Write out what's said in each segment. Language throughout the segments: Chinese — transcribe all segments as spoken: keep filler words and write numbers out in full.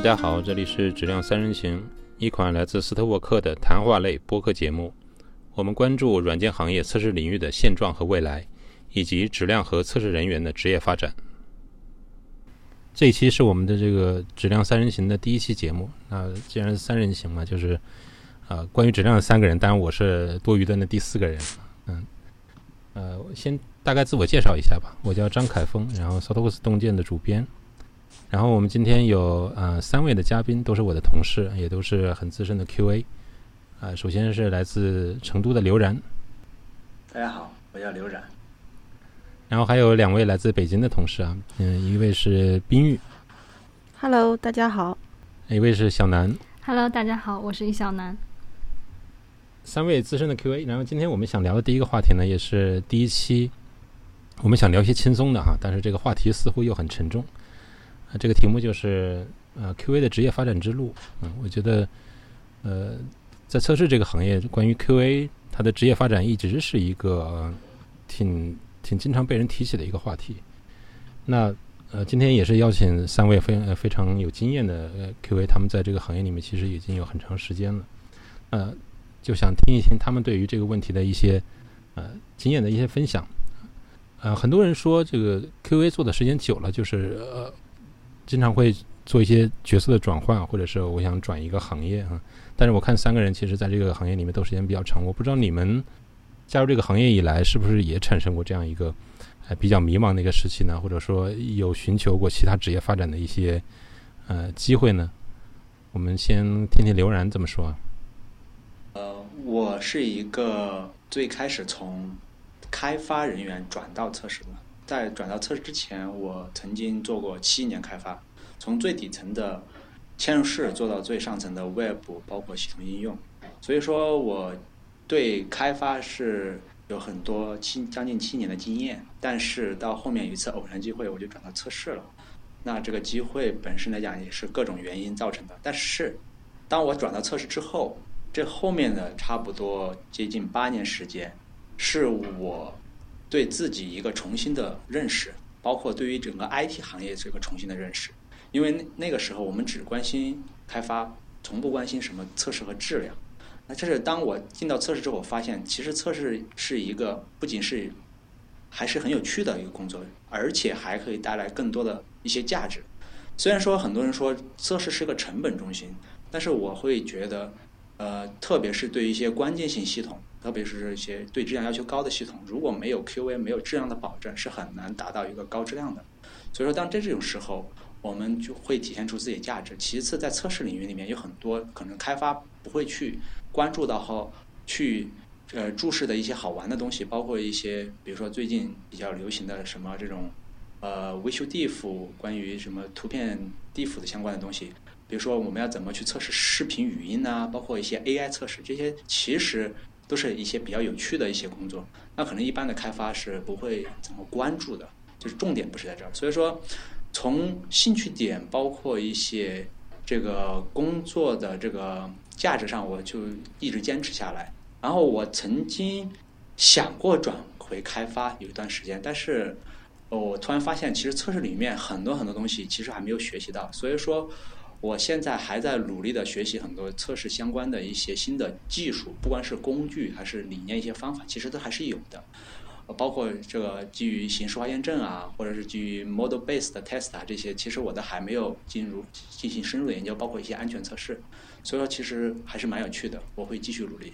家好，这里是质量三人行，一款来自斯特沃克的谈话类播客节目。我们关注软件行业测试领域的现状和未来，以及质量和测试人员的职业发展。这一期是我们的这个质量三人行的第一期节目。那既然是三人行嘛，就是呃，关于质量的三个人，当然我是多余的那第四个人。嗯，呃，先大概自我介绍一下吧。我叫张凯峰，然后 Softworks 洞见的主编。然后我们今天有呃三位的嘉宾，都是我的同事，也都是很资深的 Q A。呃，首先是来自成都的刘然。 大家好，我叫刘然。 然后还有两位来自北京的同事啊，嗯，一位是冰玉。 Hello， 大家好。 一位是小南。 Hello， 大家好，我是易小南。 三位资深的 Q A。然后今天我们想聊的第一个话题呢，也是第一期，我们想聊一些轻松的哈，但是这个话题似乎又很沉重。啊、这个题目就是呃 Q A 的职业发展之路。嗯，我觉得呃在测试这个行业，关于 Q A 它的职业发展一直是一个、呃、挺挺经常被人提起的一个话题。那呃，今天也是邀请三位非常非常有经验的、呃、Q A， 他们在这个行业里面其实已经有很长时间了。呃，就想听一听他们对于这个问题的一些呃经验的一些分享。呃，很多人说这个 Q A 做的时间久了，就是呃经常会做一些角色的转换，或者是我想转一个行业啊。但是我看三个人其实在这个行业里面都时间比较长，我不知道你们加入这个行业以来是不是也产生过这样一个呃比较迷茫的一个时期呢？或者说有寻求过其他职业发展的一些呃机会呢？我们先听听刘然怎么说。 呃，我是一个最开始从开发人员转到测试的。在转到测试之前，我曾经做过七年开发，从最底层的嵌入式做到最上层的 Web， 包括系统应用。所以说我对开发是有很多七将近七年的经验，但是到后面有一次偶然机会，我就转到测试了。那这个机会本身来讲也是各种原因造成的，但是当我转到测试之后，这后面的差不多接近八年时间，是我对自己一个重新的认识，包括对于整个 I T 行业这个重新的认识。因为 那, 那个时候我们只关心开发，从不关心什么测试和质量。那这是当我进到测试之后，我发现其实测试是一个不仅是还是很有趣的一个工作，而且还可以带来更多的一些价值。虽然说很多人说测试是个成本中心，但是我会觉得呃，特别是对于一些关键性系统，特别是一些对质量要求高的系统，如果没有 Q A 没有质量的保证，是很难达到一个高质量的。所以说当这种时候，我们就会体现出自己的价值。其次在测试领域里面有很多可能开发不会去关注到和去呃注视的一些好玩的东西，包括一些比如说最近比较流行的什么这种呃 Visual Diff， 关于什么图片 Diff 的相关的东西，比如说我们要怎么去测试视频语音啊，包括一些 A I 测试，这些其实都是一些比较有趣的一些工作。那可能一般的开发是不会怎么关注的，就是重点不是在这儿。所以说从兴趣点包括一些这个工作的这个价值上，我就一直坚持下来。然后我曾经想过转回开发有一段时间，但是我突然发现其实测试里面很多很多东西其实还没有学习到，所以说我现在还在努力的学习很多测试相关的一些新的技术，不管是工具还是理念一些方法，其实都还是有的。包括这个基于形式化验证啊，或者是基于 model based test 啊，这些其实我都还没有进入进行深入的研究，包括一些安全测试。所以说其实还是蛮有趣的，我会继续努力。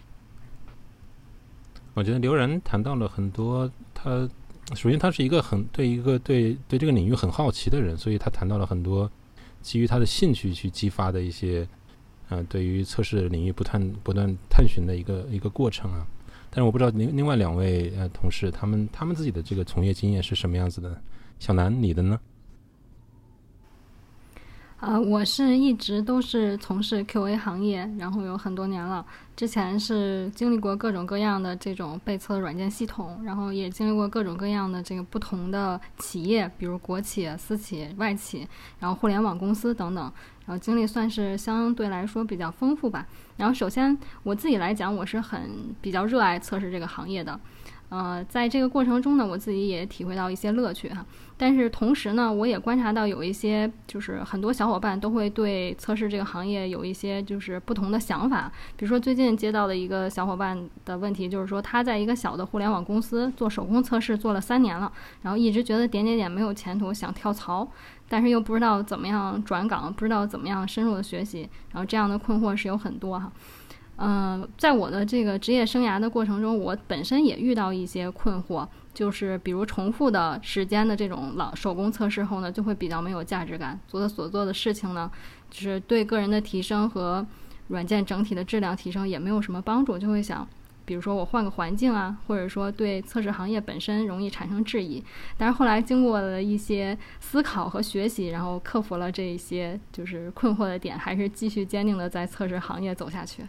我觉得刘然谈到了很多，他首先他是一个很对一个对对这个领域很好奇的人，所以他谈到了很多基于他的兴趣去激发的一些呃对于测试领域不断不断探寻的一个一个过程啊。但是我不知道另另外两位呃同事他们他们自己的这个从业经验是什么样子的。小南，你的呢？ 呃，我是一直都是从事 Q A 行业，然后有很多年了。之前是经历过各种各样的这种被测软件系统，然后也经历过各种各样的这个不同的企业，比如国企、私企、外企，然后互联网公司等等。然后经历算是相对来说比较丰富吧。然后首先我自己来讲，我是很比较热爱测试这个行业的。 呃，在这个过程中呢，我自己也体会到一些乐趣哈。但是同时呢，我也观察到有一些就是很多小伙伴都会对测试这个行业有一些就是不同的想法。比如说最近接到的一个小伙伴的问题，就是说他在一个小的互联网公司做手工测试做了三年了，然后一直觉得点点点没有前途，想跳槽，但是又不知道怎么样转岗，不知道怎么样深入的学习，然后这样的困惑是有很多哈。嗯、呃，在我的这个职业生涯的过程中，我本身也遇到一些困惑，就是比如重复的时间的这种老手工测试后呢，就会比较没有价值感，做的所做的事情呢，就是对个人的提升和软件整体的质量提升也没有什么帮助，就会想比如说我换个环境啊，或者说对测试行业本身容易产生质疑。但是后来经过了一些思考和学习，然后克服了这一些就是困惑的点，还是继续坚定的在测试行业走下去。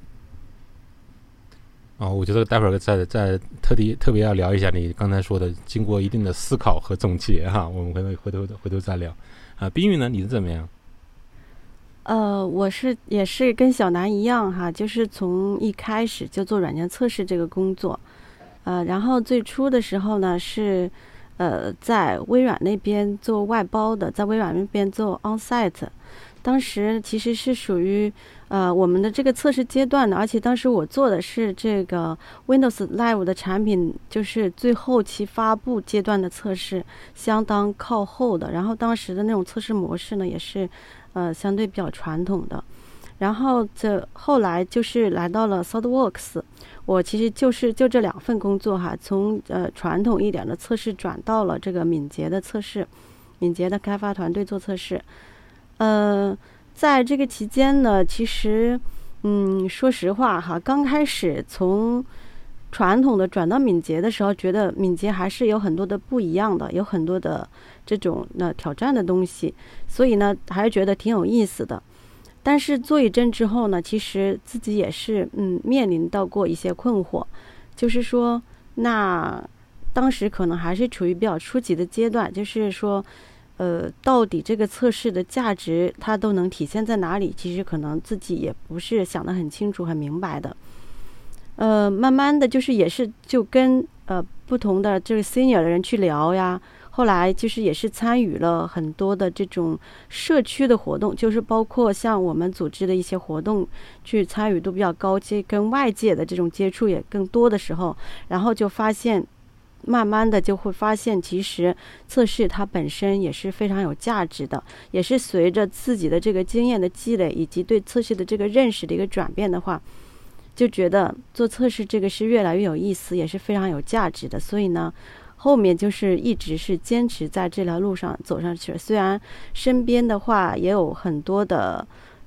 哦，我觉得待会儿再再特地特别要聊一下你刚才说的，经过一定的思考和总结哈，我们回头回头回头再聊。啊，冰玉呢，你是怎么样？ 呃，我是也是跟小南一样哈，就是从一开始就做软件测试这个工作，呃，然后最初的时候呢是，呃，在微软那边做外包的，在微软那边做 onsite。当时其实是属于呃我们的这个测试阶段的，而且当时我做的是这个 Windows Live 的产品，就是最后期发布阶段的测试，相当靠后的。然后当时的那种测试模式呢，也是呃相对比较传统的。然后这后来就是来到了 ThoughtWorks， 我其实就是就这两份工作哈，从呃传统一点的测试转到了这个敏捷的测试，敏捷的开发团队做测试。呃，在这个期间呢，其实，嗯，说实话哈，刚开始从传统的转到敏捷的时候，觉得敏捷还是有很多的不一样的，有很多的这种呢挑战的东西，所以呢，还是觉得挺有意思的。但是做一阵之后呢，其实自己也是嗯面临到过一些困惑，就是说，那当时可能还是处于比较初级的阶段，就是说。呃，到底这个测试的价值它都能体现在哪里？其实可能自己也不是想得很清楚、很明白的。呃，慢慢的就是也是就跟呃不同的这个 senior 的人去聊呀。后来就是也是参与了很多的这种社区的活动，就是包括像我们组织的一些活动，去参与度比较高，接跟外界的这种接触也更多的时候，然后就发现。慢慢的就会发现，其实测试它本身也是非常有价值的，也是随着自己的这个经验的积累以及对测试的这个认识的一个转变的话，就觉得做测试这个是越来越有意思，也是非常有价值的。所以呢，后面就是一直是坚持在这条路上走上去了。虽然身边的话也有很多的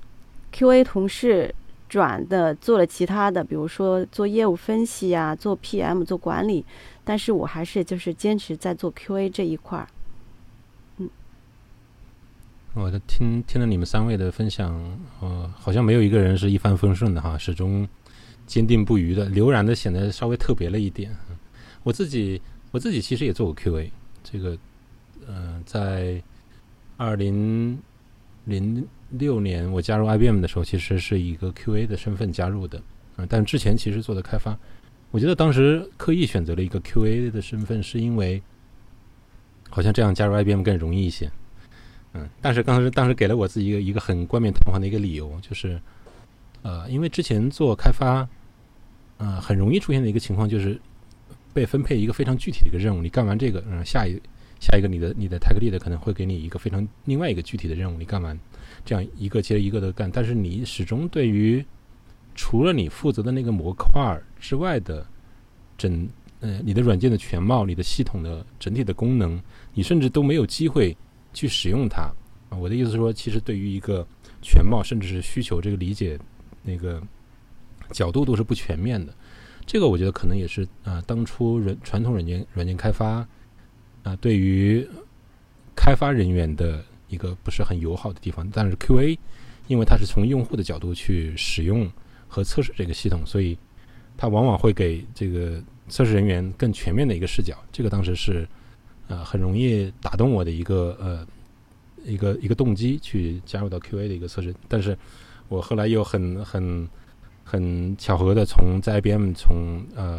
Q A 同事转的做了其他的，比如说做业务分析啊，做 P M 做管理，但是我还是就是坚持在做 Q A 这一块。嗯， 我的听听了你们三位的分享，呃，好像没有一个人是一帆风顺的哈，始终坚定不渝的。刘然的显得稍微特别了一点。我自己我自己其实也做过 Q A， 这个呃，在二零零六年我加入 I B M 的时候，其实是一个 Q A 的身份加入的，呃、但之前其实做的开发。我觉得当时刻意选择了一个 Q A 的身份，是因为好像这样加入 I B M 更容易一些。嗯，但是当时当时给了我自己一个一个很冠冕堂皇的一个理由，就是呃，因为之前做开发，呃，很容易出现的一个情况就是被分配一个非常具体的一个任务，你干完这个，嗯，下一下一个你的你的 tech lead 可能会给你一个非常另外一个具体的任务，你干完这样一个接着一个的干，但是你始终对于除了你负责的那个模块之外的整呃你的软件的全貌，你的系统的整体的功能，你甚至都没有机会去使用它。啊，我的意思是说，其实对于一个全貌甚至是需求这个理解那个角度都是不全面的。这个我觉得可能也是啊、呃，当初人传统软件软件开发啊、呃，对于开发人员的一个不是很友好的地方。但是 Q A 因为它是从用户的角度去使用和测试这个系统，所以它往往会给这个测试人员更全面的一个视角。这个当时是呃很容易打动我的一个呃一个一个动机去加入到 Q A 的一个测试。但是我后来又很很很巧合的从在 I B M 从呃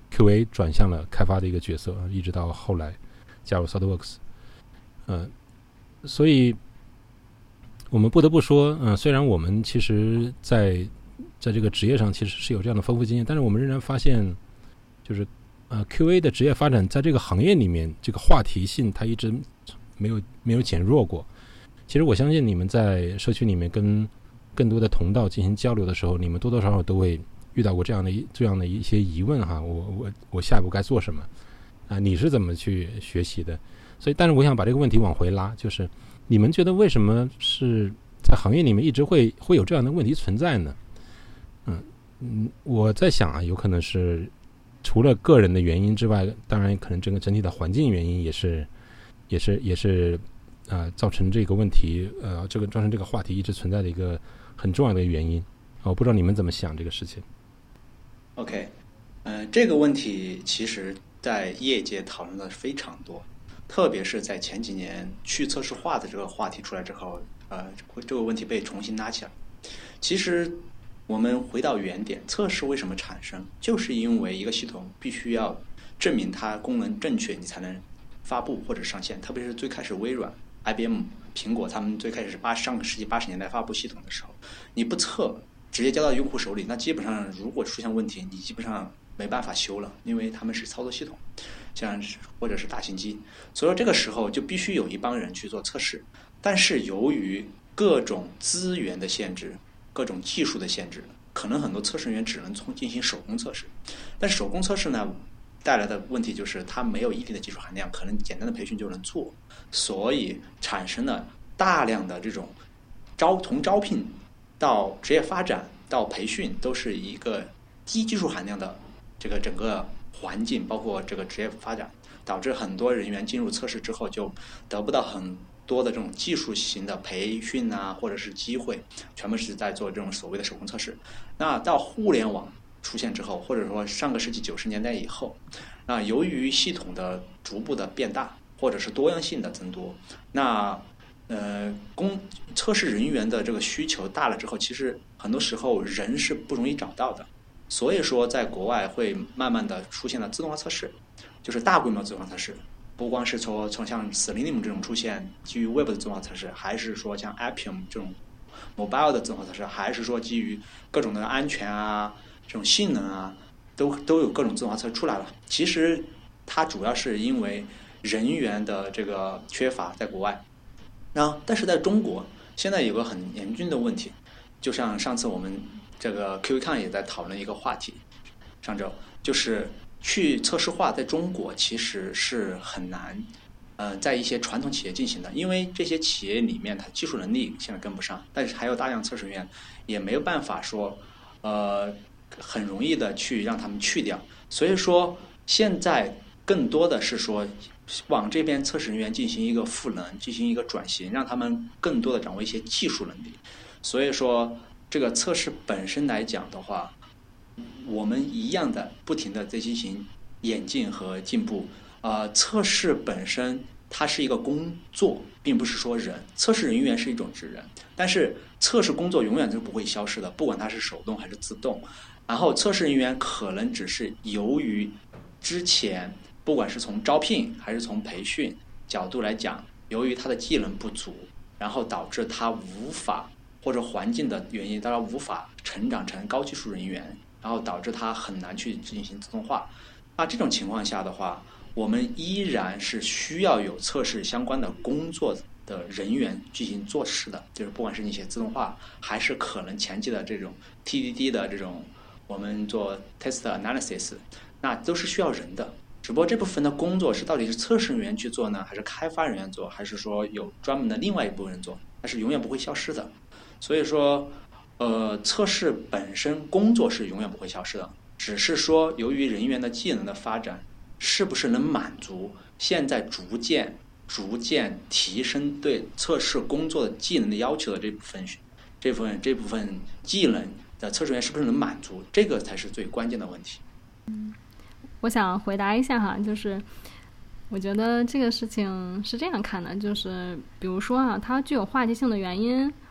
Q A 转向了开发的一个角色，一直到后来加入 ThoughtWorks。呃，所以我们不得不说，嗯、呃，虽然我们其实在在这个职业上其实是有这样的丰富经验，但是我们仍然发现，就是呃 Q A 的职业发展在这个行业里面，这个话题性它一直没有没有减弱过。其实我相信你们在社区里面跟更多的同道进行交流的时候，你们多多少少都会遇到过这样的一这样的一些疑问哈，我我我下一步该做什么啊？你是怎么去学习的？所以，但是我想把这个问题往回拉，就是你们觉得为什么是在行业里面一直会会有这样的问题存在呢？嗯嗯，我在想啊，有可能是除了个人的原因之外，当然可能整个整体的环境原因也是也是也是呃造成这个问题呃这个造成这个话题一直存在的一个很重要的原因。我不知道你们怎么想这个事情。 OK， 呃，这个问题其实在业界讨论的非常多，特别是在前几年去测试化的这个话题出来之后，呃，这个问题被重新拉起来。其实我们回到原点，测试为什么产生，就是因为一个系统必须要证明它功能正确，你才能发布或者上线。特别是最开始微软、I B M、苹果他们最开始是八上个世纪八十年代发布系统的时候，你不测，直接交到用户手里，那基本上如果出现问题，你基本上没办法修了，因为他们是操作系统，像或者是大型机，所以说这个时候就必须有一帮人去做测试。但是由于各种资源的限制，各种技术的限制，可能很多测试人员只能从进行手工测试。但手工测试呢，带来的问题就是它没有一定的技术含量，可能简单的培训就能做，所以产生了大量的这种招从招聘到职业发展到培训都是一个低技术含量的这个整个环境，包括这个职业发展，导致很多人员进入测试之后就得不到很多的这种技术型的培训啊，或者是机会，全部是在做这种所谓的手工测试。那到互联网出现之后，或者说上个世纪九十年代以后，那由于系统的逐步的变大，或者是多样性的增多，那呃工测试人员的这个需求大了之后，其实很多时候人是不容易找到的。所以说在国外会慢慢的出现了自动化测试，就是大规模自动化测试，不光是说从像 Selenium 这种出现基于 Web 的自动化测试，还是说像 Appium 这种 Mobile 的自动化测试，还是说基于各种的安全啊这种性能啊，都都有各种自动化测试出来了。其实它主要是因为人员的这个缺乏在国外，然后但是在中国现在有个很严峻的问题，就像上次我们这个 QCon 也在讨论一个话题，上周就是去测试化在中国其实是很难呃，在一些传统企业进行的，因为这些企业里面它技术能力现在跟不上，但是还有大量测试人员也没有办法说呃很容易的去让他们去掉，所以说现在更多的是说往这边测试人员进行一个赋能，进行一个转型，让他们更多的掌握一些技术能力。所以说这个测试本身来讲的话，我们一样的不停的在进行演进和进步。呃，测试本身它是一个工作，并不是说人。测试人员是一种职人，但是测试工作永远都不会消失的，不管它是手动还是自动。然后测试人员可能只是由于之前不管是从招聘还是从培训角度来讲，由于他的技能不足，然后导致他无法或者环境的原因，当然无法成长成高技术人员，然后导致他很难去进行自动化。那这种情况下的话，我们依然是需要有测试相关的工作的人员进行做事的，就是不管是你写自动化，还是可能前期的这种 T D D 的这种我们做 test analysis， 那都是需要人的。只不过这部分的工作是到底是测试人员去做呢，还是开发人员做，还是说有专门的另外一部分人做，但是永远不会消失的。所以说呃，测试本身工作是永远不会消失的，只是说由于人员的技能的发展，是不是能满足现在逐渐逐渐提升对测试工作的技能的要求的这部分这部分这部分技能的测试员是不是能满足，这个才是最关键的问题。 嗯，我想回答一下哈，就是我觉得这个事情是这样看的，就是比如说啊，它具有话题性的原因，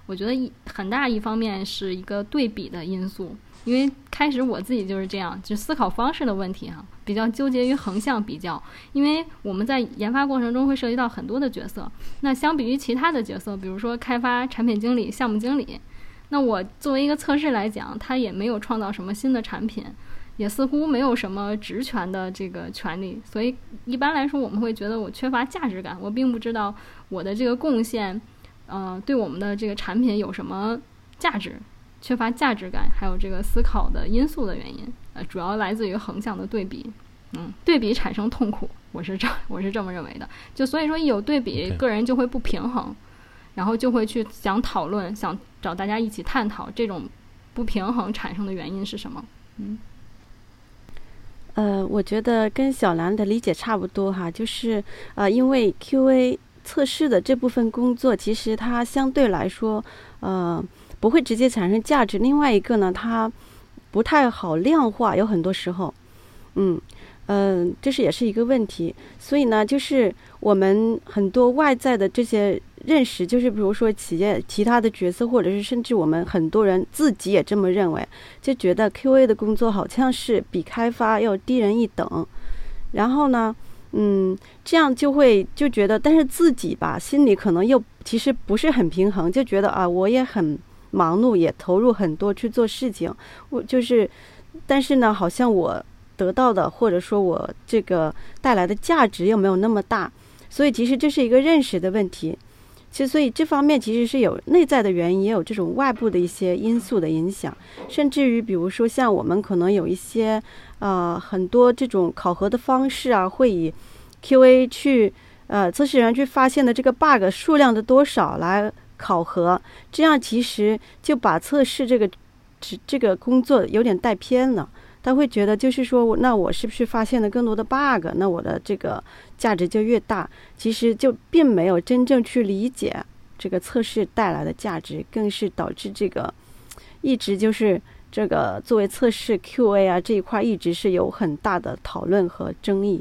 我觉得一很大一方面是一个对比的因素，因为开始我自己就是这样，就思考方式的问题哈、啊，比较纠结于横向比较，因为我们在研发过程中会涉及到很多的角色，那相比于其他的角色，比如说开发、产品经理、项目经理，那我作为一个测试来讲，它也没有创造什么新的产品，也似乎没有什么职权的这个权利，所以一般来说我们会觉得我缺乏价值感，我并不知道我的这个贡献呃，对我们的这个产品有什么价值，缺乏价值感，还有这个思考的因素的原因，呃，主要来自于横向的对比，嗯，对比产生痛苦，我是这我是这么认为的，就所以说一有对比， Okay. 个人就会不平衡，然后就会去想讨论，想找大家一起探讨这种不平衡产生的原因是什么，嗯。 呃，我觉得跟小兰的理解差不多哈，就是呃，因为 Q A 测试的这部分工作，其实它相对来说，呃，不会直接产生价值。另外一个呢，它不太好量化，有很多时候，嗯嗯、呃，这是也是一个问题。所以呢，就是我们很多外在的这些认识，就是比如说企业其他的角色，或者是甚至我们很多人自己也这么认为，就觉得 Q A 的工作好像是比开发要低人一等。然后呢，嗯，这样就会就觉得，但是自己吧，心里可能又其实不是很平衡，就觉得啊，我也很忙碌，也投入很多去做事情，我就是，但是呢，好像我得到的或者说我这个带来的价值又没有那么大，所以其实这是一个认识的问题。其实，所以这方面其实是有内在的原因，也有这种外部的一些因素的影响，甚至于比如说像我们可能有一些呃很多这种考核的方式啊，会以 Q A 去呃测试人员去发现的这个 bug 数量的多少来考核，这样其实就把测试这个这个工作有点带偏了。他会觉得就是说，那我是不是发现了更多的 bug， 那我的这个价值就越大，其实就并没有真正去理解这个测试带来的价值，更是导致这个一直就是这个作为测试 Q A 啊这一块一直是有很大的讨论和争议。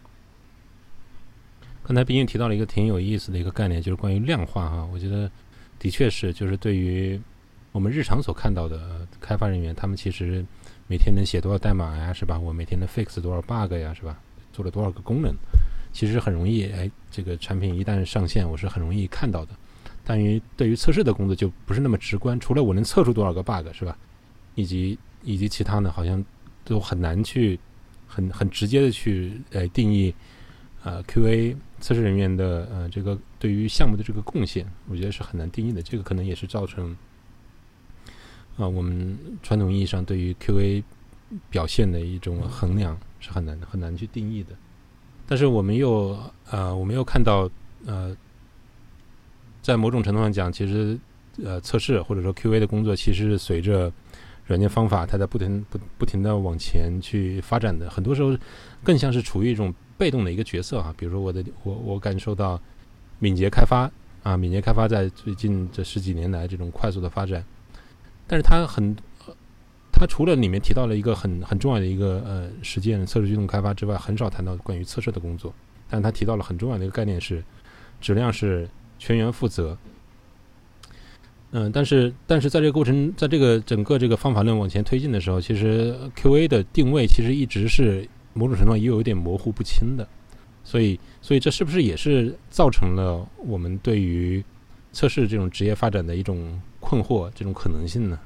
刚才毕竟提到了一个挺有意思的一个概念，就是关于量化哈，我觉得的确是，就是对于我们日常所看到的开发人员，他们其实每天能写多少代码呀，是吧？我每天能 fix 多少 bug 呀，是吧？做了多少个功能，其实很容易，哎，这个产品一旦上线，我是很容易看到的。但于对于测试的工作就不是那么直观，除了我能测出多少个 bug， 是吧？以及以及其他呢，好像都很难去很很直接的去呃定义呃 Q A 测试人员的呃这个对于项目的这个贡献，我觉得是很难定义的。这个可能也是造成啊、呃、我们传统意义上对于 Q A 表现的一种衡量是很难很难去定义的。但是我们又呃我们又看到呃在某种程度上讲，其实呃测试或者说 Q A 的工作其实是随着软件方法它在不停不不停的往前去发展的，很多时候更像是处于一种被动的一个角色啊。比如说我的我我感受到敏捷开发啊，敏捷开发在最近这十几年来这种快速的发展，但是它很它除了里面提到了一个很很重要的一个呃实践测试驱动开发之外，很少谈到关于测试的工作。但它提到了很重要的一个概念是质量是全员负责。嗯、呃，但是但是在这个过程，在这个整个这个方法论往前推进的时候，其实 Q A 的定位其实一直是某种程度上也有一点模糊不清的。所以所以这是不是也是造成了我们对于测试这种职业发展的一种困惑，这种可能性呢？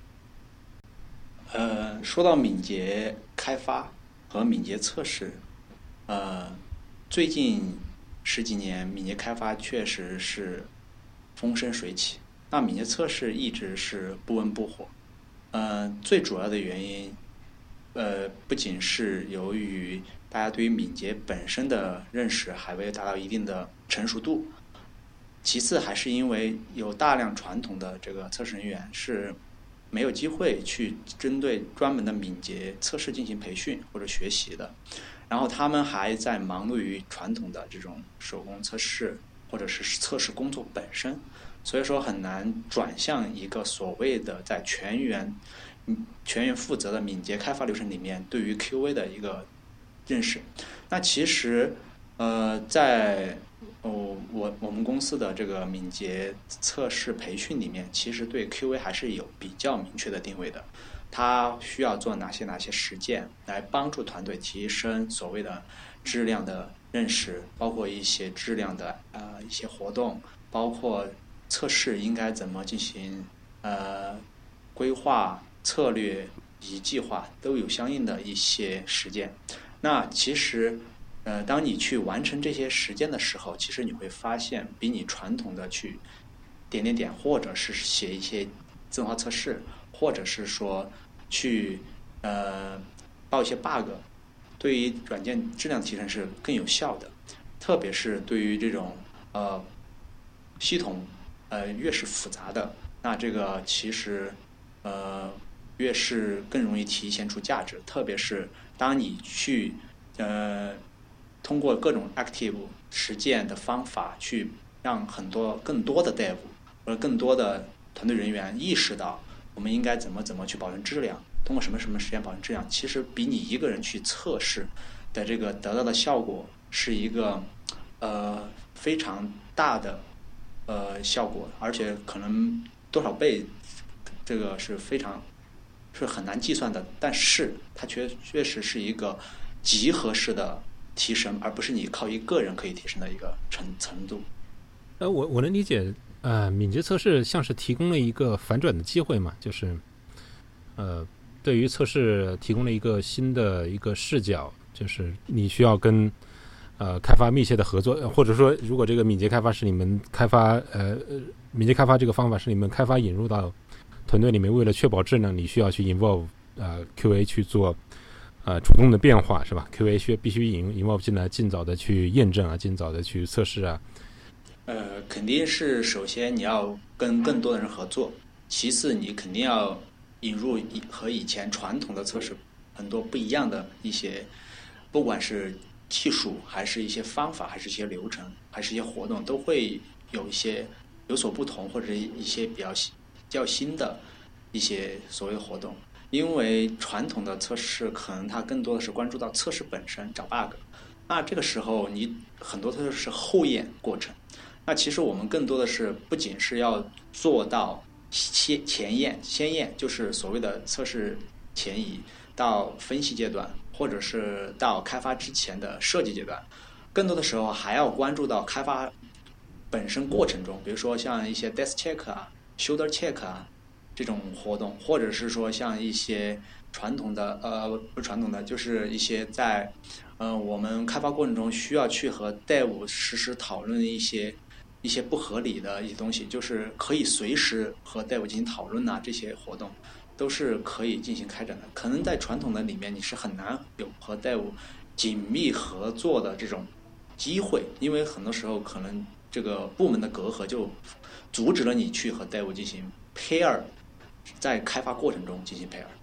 呃，说到敏捷开发和敏捷测试，呃，最近十几年敏捷开发确实是风生水起，那敏捷测试一直是不温不火。呃，最主要的原因，呃，不仅是由于大家对于敏捷本身的认识还未达到一定的成熟度，其次还是因为有大量传统的这个测试人员是没有机会去针对专门的敏捷测试进行培训或者学习的，然后他们还在忙碌于传统的这种手工测试或者是测试工作本身，所以说很难转向一个所谓的在全员全员负责的敏捷开发流程里面对于 Q A 的一个认识。那其实呃，在哦，我我们公司的这个敏捷测试培训里面，其实对 Q A 还是有比较明确的定位的。它需要做哪些哪些实践，来帮助团队提升所谓的质量的认识，包括一些质量的呃一些活动，包括测试应该怎么进行呃规划、策略以及计划，都有相应的一些实践。那其实呃，当你去完成这些实践的时候，其实你会发现，比你传统的去点点点，或者是写一些自动化测试，或者是说去呃报一些 bug， 对于软件质量提升是更有效的。特别是对于这种呃系统呃越是复杂的，那这个其实呃越是更容易体现出价值。特别是当你去呃通过各种 active 实践的方法，去让很多更多的 dev 或者更多的团队人员意识到我们应该怎么怎么去保证质量，通过什么什么实验保证质量，其实比你一个人去测试的这个得到的效果是一个呃非常大的呃效果，而且可能多少倍，这个是非常是很难计算的，但是它确确实是一个集合式的提升，而不是你靠一个人可以提升的一个程程度。 呃，我我能理解，呃，敏捷测试像是提供了一个反转的机会嘛，就是呃，对于测试提供了一个新的一个视角，就是你需要跟呃开发密切的合作，或者说，如果这个敏捷开发是你们开发呃敏捷开发这个方法是你们开发引入到团队里面，为了确保质量，你需要去 involve 呃 Q A 去做。呃，主动的变化是吧 ？Q A 需必须引 involve 进来，尽早的去验证啊，尽早的去测试啊。 呃，肯定是首先你要跟更多的人合作，其次你肯定要引入和以前传统的测试很多不一样的一些，不管是技术还是一些方法，还是一些流程，还是一些活动，都会有一些有所不同，或者一些比较较新的一些所谓的活动。因为传统的测试可能它更多的是关注到测试本身找 bug， 那这个时候你很多测试是后验过程，那其实我们更多的是不仅是要做到前前验先验，就是所谓的测试前移到分析阶段，或者是到开发之前的设计阶段，更多的时候还要关注到开发本身过程中，比如说像一些 desk check 啊 shoulder check 啊这种活动，或者是说像一些传统的呃不是传统的，就是一些在呃我们开发过程中需要去和 dev 实时讨论一些一些不合理的一些东西，就是可以随时和 dev 进行讨论呐、啊，这些活动都是可以进行开展的。可能在传统的里面你是很难有和 dev 紧密合作的这种机会，因为很多时候可能这个部门的隔阂就阻止了你去和 dev 进行 pair，在开发过程中进行配合。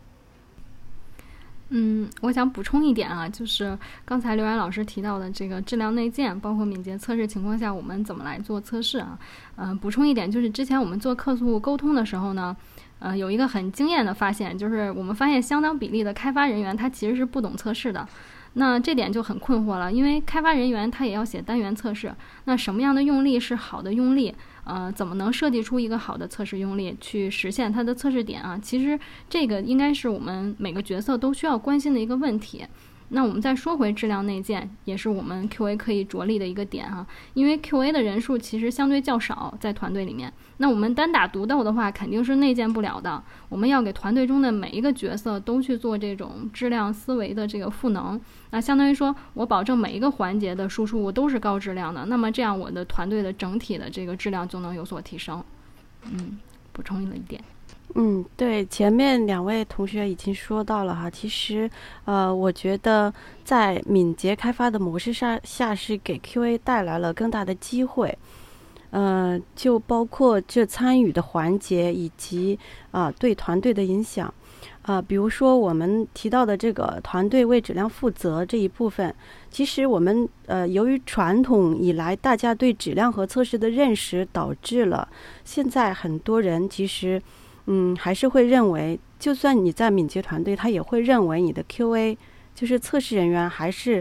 嗯，我想补充一点啊，就是刚才刘源老师提到的这个质量内建，包括敏捷测试情况下我们怎么来做测试啊？嗯、呃，补充一点，就是之前我们做客户沟通的时候呢，呃，有一个很惊艳的发现，就是我们发现相当比例的开发人员他其实是不懂测试的。那这点就很困惑了，因为开发人员他也要写单元测试，那什么样的用例是好的用例？呃，怎么能设计出一个好的测试用例去实现它的测试点啊？其实这个应该是我们每个角色都需要关心的一个问题。那我们再说回质量内建，也是我们 Q A 可以着力的一个点啊，因为 Q A 的人数其实相对较少，在团队里面，那我们单打独斗的话肯定是内建不了的，我们要给团队中的每一个角色都去做这种质量思维的这个赋能，那相当于说我保证每一个环节的输出物都是高质量的，那么这样我的团队的整体的这个质量就能有所提升。嗯，补充了一点。 嗯，对，前面两位同学已经说到了哈，其实，呃，我觉得在敏捷开发的模式下下是给 Q A 带来了更大的机会，呃，就包括这参与的环节以及啊、呃、对团队的影响，啊、呃，比如说我们提到的这个团队为质量负责这一部分，其实我们呃由于传统以来大家对质量和测试的认识，导致了现在很多人其实。嗯，还是会认为，就算你在敏捷团队，他也会认为你的 Q A 就是测试人员，还是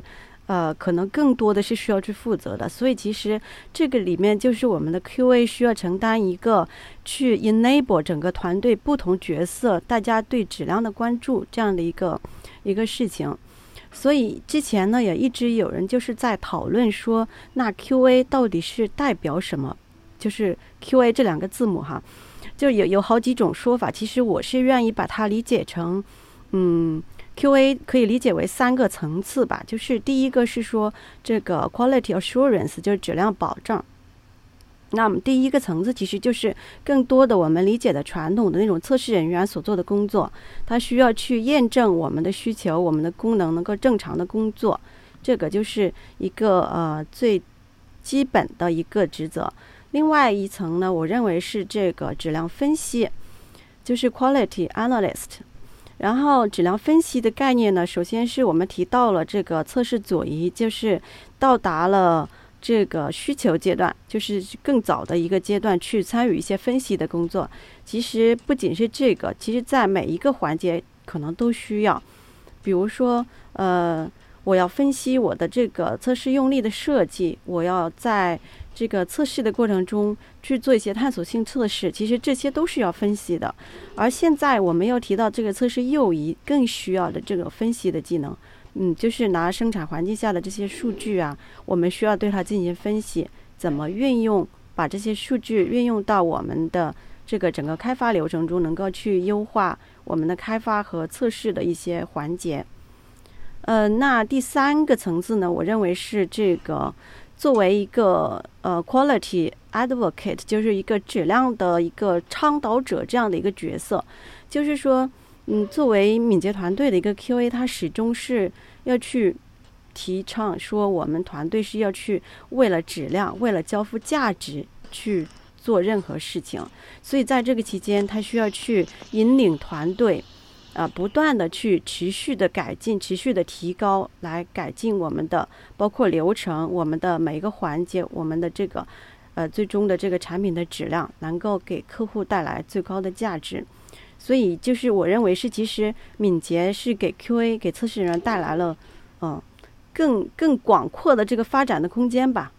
呃，可能更多的是需要去负责的。所以其实这个里面就是我们的 Q A 需要承担一个去 enable 整个团队不同角色大家对质量的关注这样的一个一个事情。所以之前呢也一直有人就是在讨论说，那 Q A 到底是代表什么，就是 Q A 这两个字母哈，就有有好几种说法。其实我是愿意把它理解成嗯Q A 可以理解为三个层次吧，就是第一个是说这个 quality assurance， 就是质量保障。那么第一个层次其实就是更多的我们理解的传统的那种测试人员所做的工作，他需要去验证我们的需求，我们的功能能够正常的工作，这个就是一个呃最基本的一个职责。另外一层呢，我认为是这个质量分析，就是 quality analyst。然后质量分析的概念呢，首先是我们提到了这个测试左移，就是到达了这个需求阶段，就是更早的一个阶段去参与一些分析的工作。其实不仅是这个，其实在每一个环节可能都需要。比如说呃，我要分析我的这个测试用例的设计，我要在这个测试的过程中去做一些探索性测试，其实这些都是要分析的。而现在我们又提到这个测试诱移，更需要的这个分析的技能，嗯，就是拿生产环境下的这些数据啊，我们需要对它进行分析，怎么运用，把这些数据运用到我们的这个整个开发流程中，能够去优化我们的开发和测试的一些环节。呃，那第三个层次呢，我认为是这个作为一个呃 quality advocate， 就是一个质量的一个倡导者这样的一个角色。就是说嗯，作为敏捷团队的一个 Q A， 它始终是要去提倡说我们团队是要去为了质量，为了交付价值去做任何事情。所以在这个期间，他需要去引领团队啊、呃，不断的去持续的改进，持续的提高，来改进我们的包括流程，我们的每一个环节，我们的这个呃最终的这个产品的质量，能够给客户带来最高的价值。所以就是我认为是，其实敏捷是给 Q A 给测试人员带来了嗯、呃、更更广阔的这个发展的空间吧。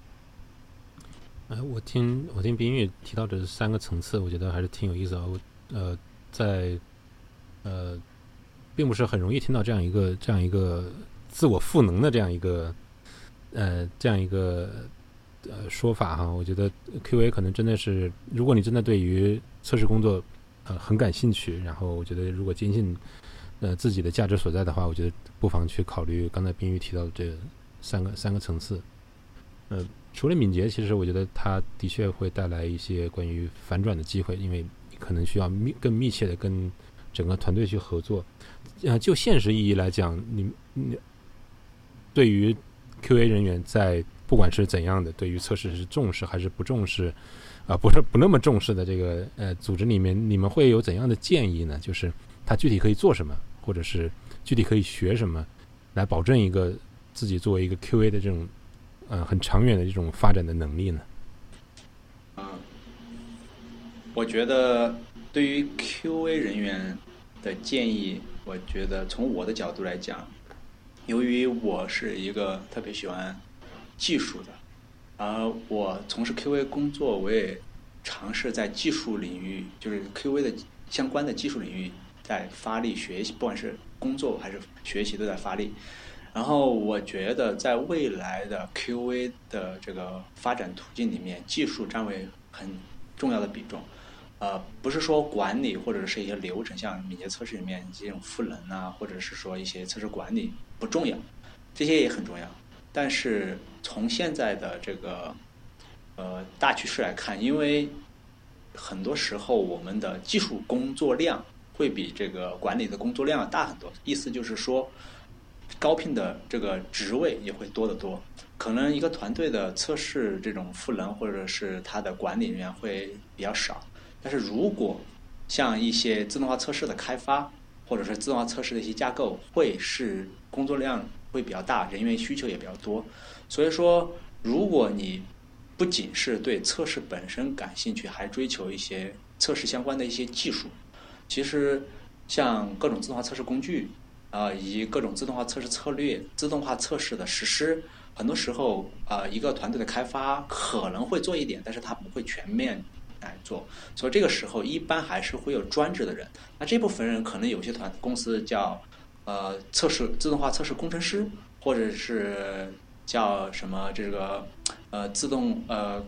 呃，我听我听冰玉提到这三个层次，我觉得还是挺有意思的。我呃在呃并不是很容易听到这样一个这样一个自我赋能的这样一个呃这样一个呃说法哈。我觉得 Q A 可能真的是，如果你真的对于测试工作呃很感兴趣，然后我觉得如果坚信呃自己的价值所在的话，我觉得不妨去考虑刚才冰玉提到的这三个三个层次。呃，除了敏捷，其实我觉得它的确会带来一些关于反转的机会，因为你可能需要密更密切的跟整个团队去合作。呃，就现实意义来讲，你你对于 Q A 人员在不管是怎样的，对于测试是重视还是不重视，啊、呃，不是不那么重视的这个呃组织里面，你们会有怎样的建议呢？就是他具体可以做什么，或者是具体可以学什么，来保证一个自己作为一个 Q A 的这种呃很长远的这种发展的能力呢？ 嗯，我觉得对于 Q A 人员的建议，我觉得从我的角度来讲，由于我是一个特别喜欢技术的，而我从事 Q A 工作，我也尝试在技术领域，就是 Q A 的相关的技术领域在发力学习，不管是工作还是学习都在发力。然后我觉得在未来的 Q A 的这个发展途径里面，技术占为很重要的比重。呃，不是说管理或者是一些流程，像敏捷测试里面这种赋能啊，或者是说一些测试管理不重要，这些也很重要。但是从现在的这个呃大趋势来看，因为很多时候我们的技术工作量会比这个管理的工作量大很多，意思就是说高聘的这个职位也会多得多。可能一个团队的测试这种赋能或者是他的管理人员会比较少，但是如果像一些自动化测试的开发或者是自动化测试的一些架构，会是工作量会比较大，人员需求也比较多。所以说如果你不仅是对测试本身感兴趣，还追求一些测试相关的一些技术，其实像各种自动化测试工具呃，以及各种自动化测试策略、自动化测试的实施。很多时候，呃，一个团队的开发可能会做一点，但是它不会全面来做，所以这个时候一般还是会有专职的人。那这部分人可能有些团公司叫呃测试自动化测试工程师，或者是叫什么这个呃自动呃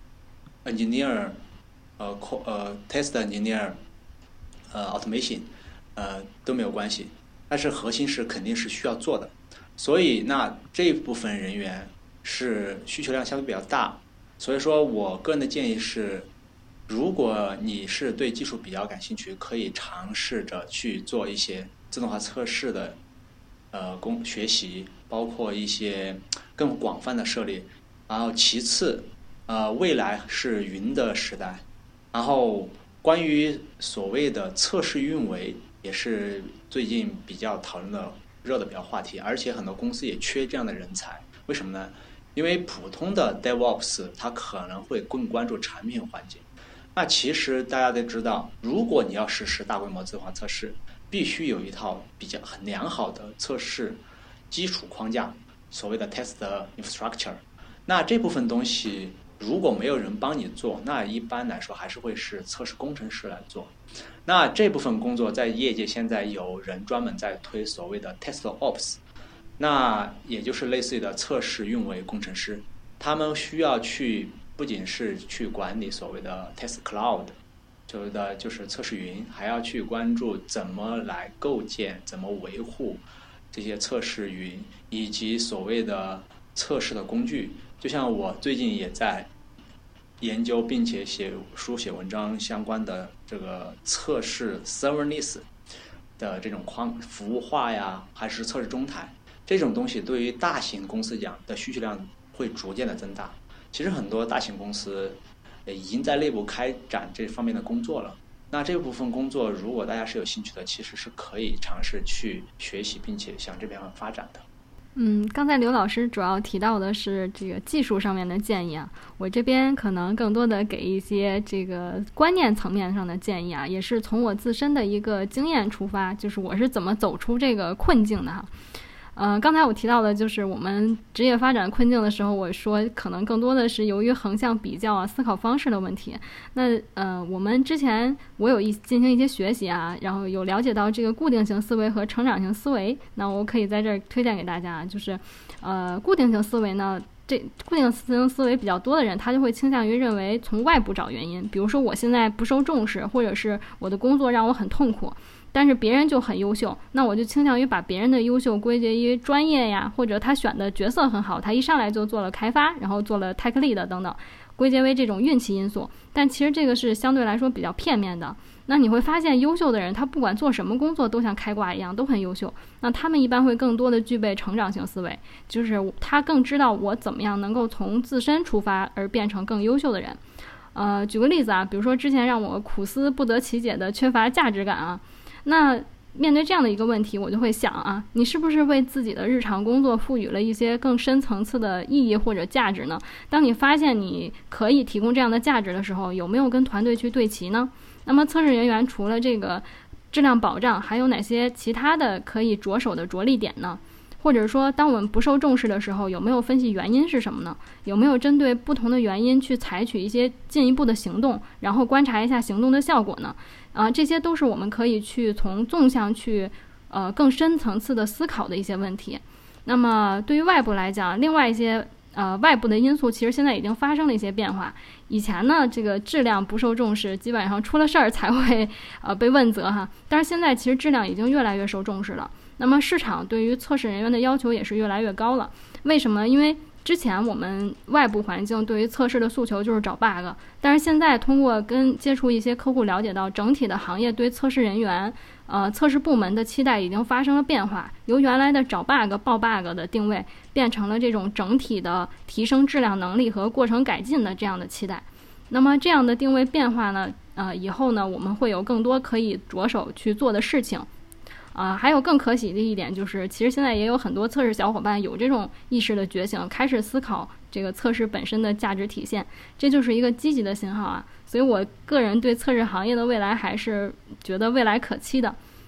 engineer 呃呃 test engineer 呃 automation 呃都没有关系，但是核心是肯定是需要做的。所以那这部分人员是需求量相对比较大，所以说我个人的建议是，如果你是对技术比较感兴趣，可以尝试着去做一些自动化测试的呃工学习，包括一些更广泛的涉猎。然后其次，呃，未来是云的时代，然后关于所谓的测试运维也是最近比较讨论的热的比较话题，而且很多公司也缺这样的人才。为什么呢？因为普通的 DevOps 它可能会更关注产品环节。那其实大家都知道，如果你要实施大规模自动化测试，必须有一套比较很良好的测试基础框架，所谓的 test infrastructure。那这部分东西如果没有人帮你做，那一般来说还是会是测试工程师来做。那这部分工作在业界现在有人专门在推所谓的 test ops， 那也就是类似于的测试运维工程师，他们需要去不仅是去管理所谓的 test cloud， 就是的就是测试云，还要去关注怎么来构建、怎么维护这些测试云，以及所谓的测试的工具。就像我最近也在研究并且写书写文章相关的这个测试 serverless 的这种框服务化呀，还是测试中台，这种东西对于大型公司讲的需求量会逐渐的增大。其实很多大型公司已经在内部开展这方面的工作了。那这部分工作如果大家是有兴趣的，其实是可以尝试去学习并且向这边发展的。 嗯，刚才刘老师主要提到的是这个技术上面的建议啊，我这边可能更多的给一些这个观念层面上的建议啊，也是从我自身的一个经验出发，就是我是怎么走出这个困境的哈。呃，刚才我提到的就是我们职业发展困境的时候，我说可能更多的是由于横向比较啊、思考方式的问题。那呃，我们之前我有一进行一些学习啊，然后有了解到这个固定型思维和成长型思维。那我可以在这儿推荐给大家，就是呃，固定型思维呢，这固定型思维比较多的人，他就会倾向于认为从外部找原因，比如说我现在不受重视，或者是我的工作让我很痛苦。但是别人就很优秀，那我就倾向于把别人的优秀归结于专业呀，或者他选的角色很好，他一上来就做了开发，然后做了 tech lead 等等，归结为这种运气因素。但其实这个是相对来说比较片面的。那你会发现优秀的人，他不管做什么工作都像开挂一样，都很优秀。那他们一般会更多的具备成长型思维，就是他更知道我怎么样能够从自身出发而变成更优秀的人。呃，举个例子啊，比如说之前让我苦思不得其解的缺乏价值感啊，那面对这样的一个问题，我就会想啊，你是不是为自己的日常工作赋予了一些更深层次的意义或者价值呢？当你发现你可以提供这样的价值的时候，有没有跟团队去对齐呢？那么测试人员除了这个质量保障，还有哪些其他的可以着手的着力点呢？或者说当我们不受重视的时候，有没有分析原因是什么呢？有没有针对不同的原因去采取一些进一步的行动，然后观察一下行动的效果呢？啊，这些都是我们可以去从纵向去呃更深层次的思考的一些问题。那么对于外部来讲，另外一些呃外部的因素其实现在已经发生了一些变化。以前呢，这个质量不受重视，基本上出了事儿才会呃被问责哈。但是现在其实质量已经越来越受重视了。那么市场对于测试人员的要求也是越来越高了。为什么？因为之前我们外部环境对于测试的诉求就是找 bug， 但是现在通过跟接触一些客户了解到，整体的行业对测试人员呃测试部门的期待已经发生了变化，由原来的找 bug 爆 bug 的定位，变成了这种整体的提升质量能力和过程改进的这样的期待。那么这样的定位变化呢，呃以后呢我们会有更多可以着手去做的事情。啊、呃，还有更可喜的一点就是，其实现在也有很多测试小伙伴有这种意识的觉醒，开始思考这个测试本身的价值体现，这就是一个积极的信号啊。所以我个人对测试行业的未来还是觉得未来可期的。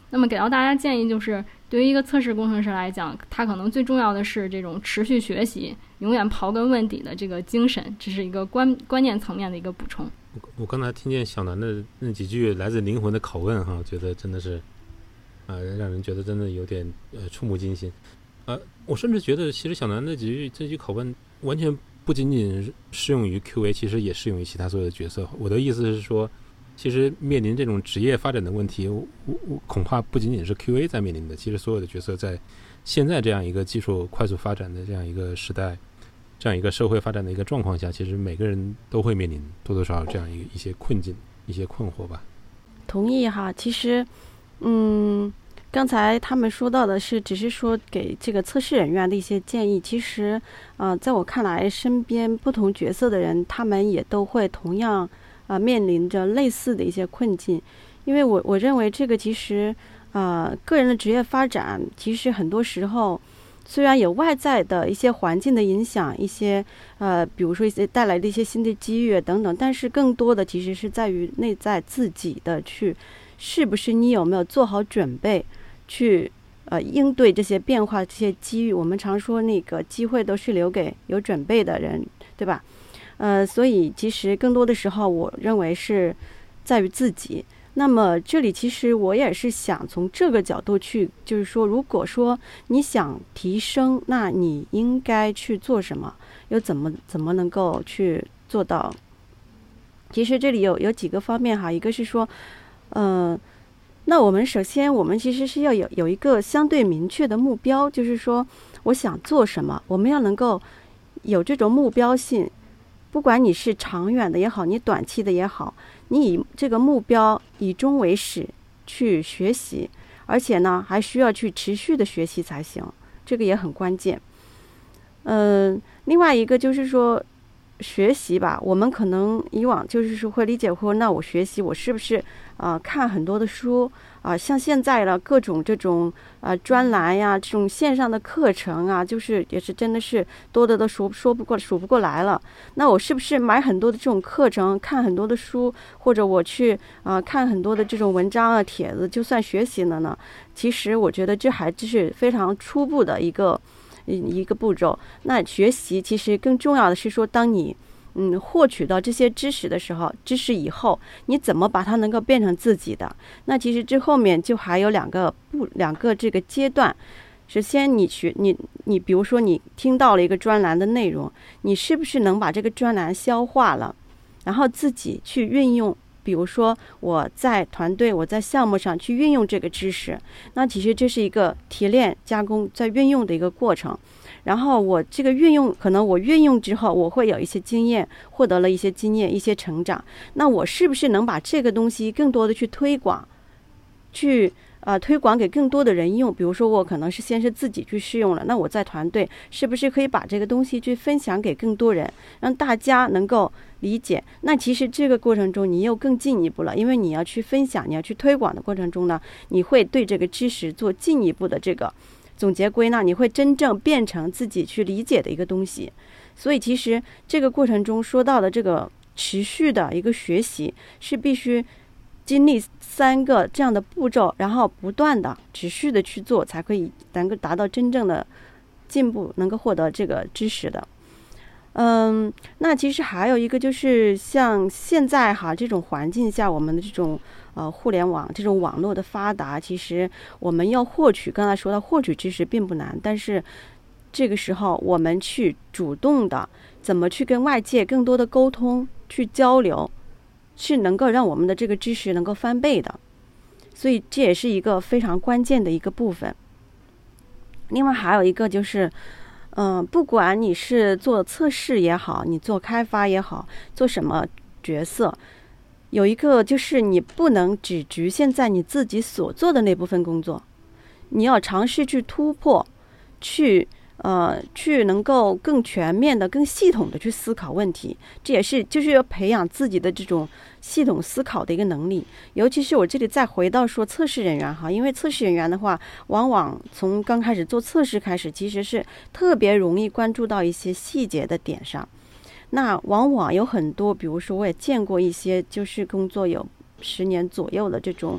那么给到大家建议就是，对于一个测试工程师来讲，他可能最重要的是这种持续学习，永远刨根问底的这个精神，这是一个关关键层面的一个补充。 我我刚才听见小南的那几句来自灵魂的拷问哈，觉得真的是，呃，让人觉得真的有点呃触目惊心。呃，我甚至觉得，其实小南那几句这句拷问完全不仅仅适用于 Q A， 其实也适用于其他所有的角色。我的意思是说，其实面临这种职业发展的问题，我我恐怕不仅仅是 Q A 在面临的，其实所有的角色在现在这样一个技术快速发展的这样一个时代，这样一个社会发展的一个状况下，其实每个人都会面临多多少少这样一一些困境、一些困惑吧。 同意哈，其实，嗯。刚才他们说到的是，只是说给这个测试人员的一些建议。其实，呃，在我看来，身边不同角色的人，他们也都会同样啊、呃、面临着类似的一些困境。因为我我认为这个其实，呃，个人的职业发展，其实很多时候虽然有外在的一些环境的影响，一些呃，比如说一些带来的一些新的机遇等等，但是更多的其实是在于内在自己的去，是不是你有没有做好准备。去呃应对这些变化、这些机遇，我们常说那个机会都是留给有准备的人，对吧？呃，所以其实更多的时候，我认为是在于自己。那么这里其实我也是想从这个角度去，就是说，如果说你想提升，那你应该去做什么？又怎么怎么能够去做到？其实这里有有几个方面哈，一个是说，嗯、呃。那我们首先，我们其实是要有有一个相对明确的目标，就是说我想做什么，我们要能够有这种目标性，不管你是长远的也好，你短期的也好，你以这个目标以终为始去学习，而且呢还需要去持续的学习才行，这个也很关键。嗯、呃，另外一个就是说学习吧，我们可能以往就是说会理解说，那我学习我是不是啊、呃、看很多的书啊、呃，像现在了各种这种啊、呃、专栏呀，这种线上的课程啊，就是也是真的是多的都数说不过数不过来了。那我是不是买很多的这种课程，看很多的书，或者我去啊、呃、看很多的这种文章啊帖子，就算学习了呢？其实我觉得这还只是非常初步的一个。一个步骤。那学习其实更重要的是说，当你嗯获取到这些知识的时候，知识以后你怎么把它能够变成自己的？那其实这后面就还有两个步两个这个阶段。首先你学你你比如说你听到了一个专栏的内容，你是不是能把这个专栏消化了，然后自己去运用？比如说我在团队我在项目上去运用这个知识，那其实这是一个提炼加工在运用的一个过程。然后我这个运用，可能我运用之后我会有一些经验，获得了一些经验一些成长，那我是不是能把这个东西更多的去推广，去呃推广给更多的人用？比如说我可能是先是自己去试用了，那我在团队是不是可以把这个东西去分享给更多人，让大家能够理解？那其实这个过程中你又更进一步了，因为你要去分享，你要去推广的过程中呢，你会对这个知识做进一步的这个总结归纳，你会真正变成自己去理解的一个东西。所以其实这个过程中说到的这个持续的一个学习，是必须经历三个这样的步骤，然后不断的持续的去做，才可以能够达到真正的进步，能够获得这个知识的。嗯，那其实还有一个就是像现在哈这种环境下，我们的这种呃互联网这种网络的发达，其实我们要获取，刚才说到获取知识并不难，但是这个时候我们去主动的怎么去跟外界更多的沟通去交流，是能够让我们的这个知识能够翻倍的，所以这也是一个非常关键的一个部分。另外还有一个就是嗯，不管你是做测试也好，你做开发也好，做什么角色，有一个就是你不能只局限在你自己所做的那部分工作，你要尝试去突破，去呃去能够更全面的、更系统的去思考问题。这也是就是要培养自己的这种系统思考的一个能力。尤其是我这里再回到说测试人员哈，因为测试人员的话，往往从刚开始做测试开始，其实是特别容易关注到一些细节的点上。那往往有很多，比如说我也见过一些就是工作有十年左右的这种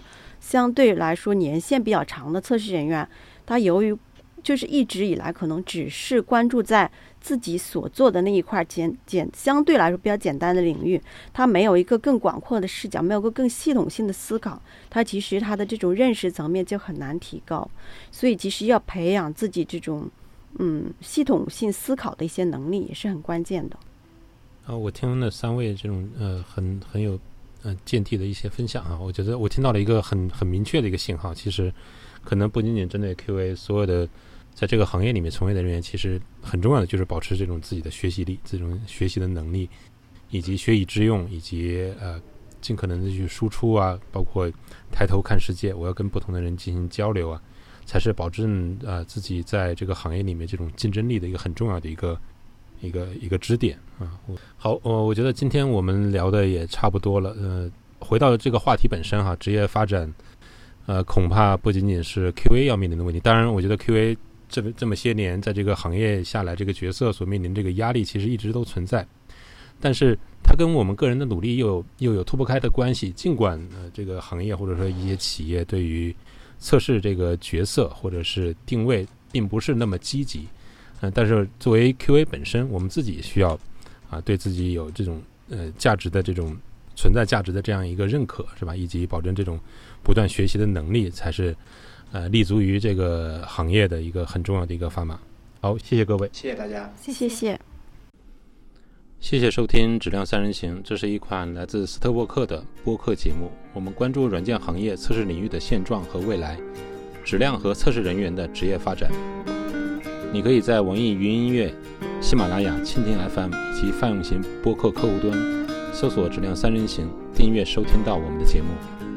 相对来说年限比较长的测试人员，他由于就是一直以来可能只是关注在自己所做的那一块简简相对来说比较简单的领域，他没有一个更广阔的视角，没有个更系统性的思考，他其实他的这种认识层面就很难提高。所以其实要培养自己这种嗯系统性思考的一些能力也是很关键的。 啊，我听了三位这种呃很很有呃见地的一些分享啊，我觉得我听到了一个很很明确的一个信号，其实可能不仅仅针对 Q A， 所有的在这个行业里面从业的人员，其实很重要的就是保持这种自己的学习力，这种学习的能力，以及学以致用，以及呃尽可能的去输出啊，包括抬头看世界，我要跟不同的人进行交流啊，才是保证呃自己在这个行业里面这种竞争力的一个很重要的一个一个一个支点啊。好，我我觉得今天我们聊的也差不多了，呃，回到这个话题本身哈，职业发展，呃，恐怕不仅仅是 Q A 要面临的问题，当然，我觉得 Q A 这么这么些年在这个行业下来，这个角色所面临这个压力其实一直都存在，但是它跟我们个人的努力又有又有脱不开的关系。尽管呃这个行业或者说一些企业对于测试这个角色或者是定位并不是那么积极，呃，但是作为 Q A 本身，我们自己也需要啊对自己有这种呃价值的这种存在价值的这样一个认可，是吧？以及保证这种不断学习的能力，才是呃立足于这个行业的一个很重要的一个砝码。好，谢谢各位， 谢谢大家， 谢谢谢。 谢谢收听《质量三人行》，这是一款来自斯特沃克的播客节目。我们关注软件行业测试领域的现状和未来，质量和测试人员的职业发展。你可以在网易云音乐、喜马拉雅、蜻蜓 F M 以及泛用型播客客户端搜索“质量三人行”，订阅收听到我们的节目。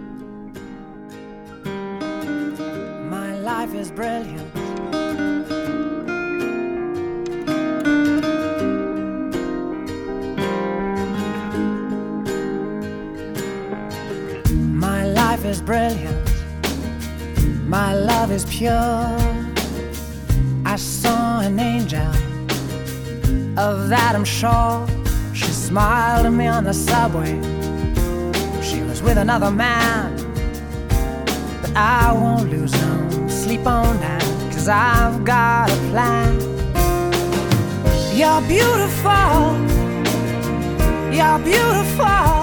My life is brilliant. My life is brilliant. My love is pure. I saw an angel, of that I'm sure. She smiled at me on the subway. She was with another man, but I won't lose no sleep on that, 'cause I've got a plan. You're beautiful, you're beautiful.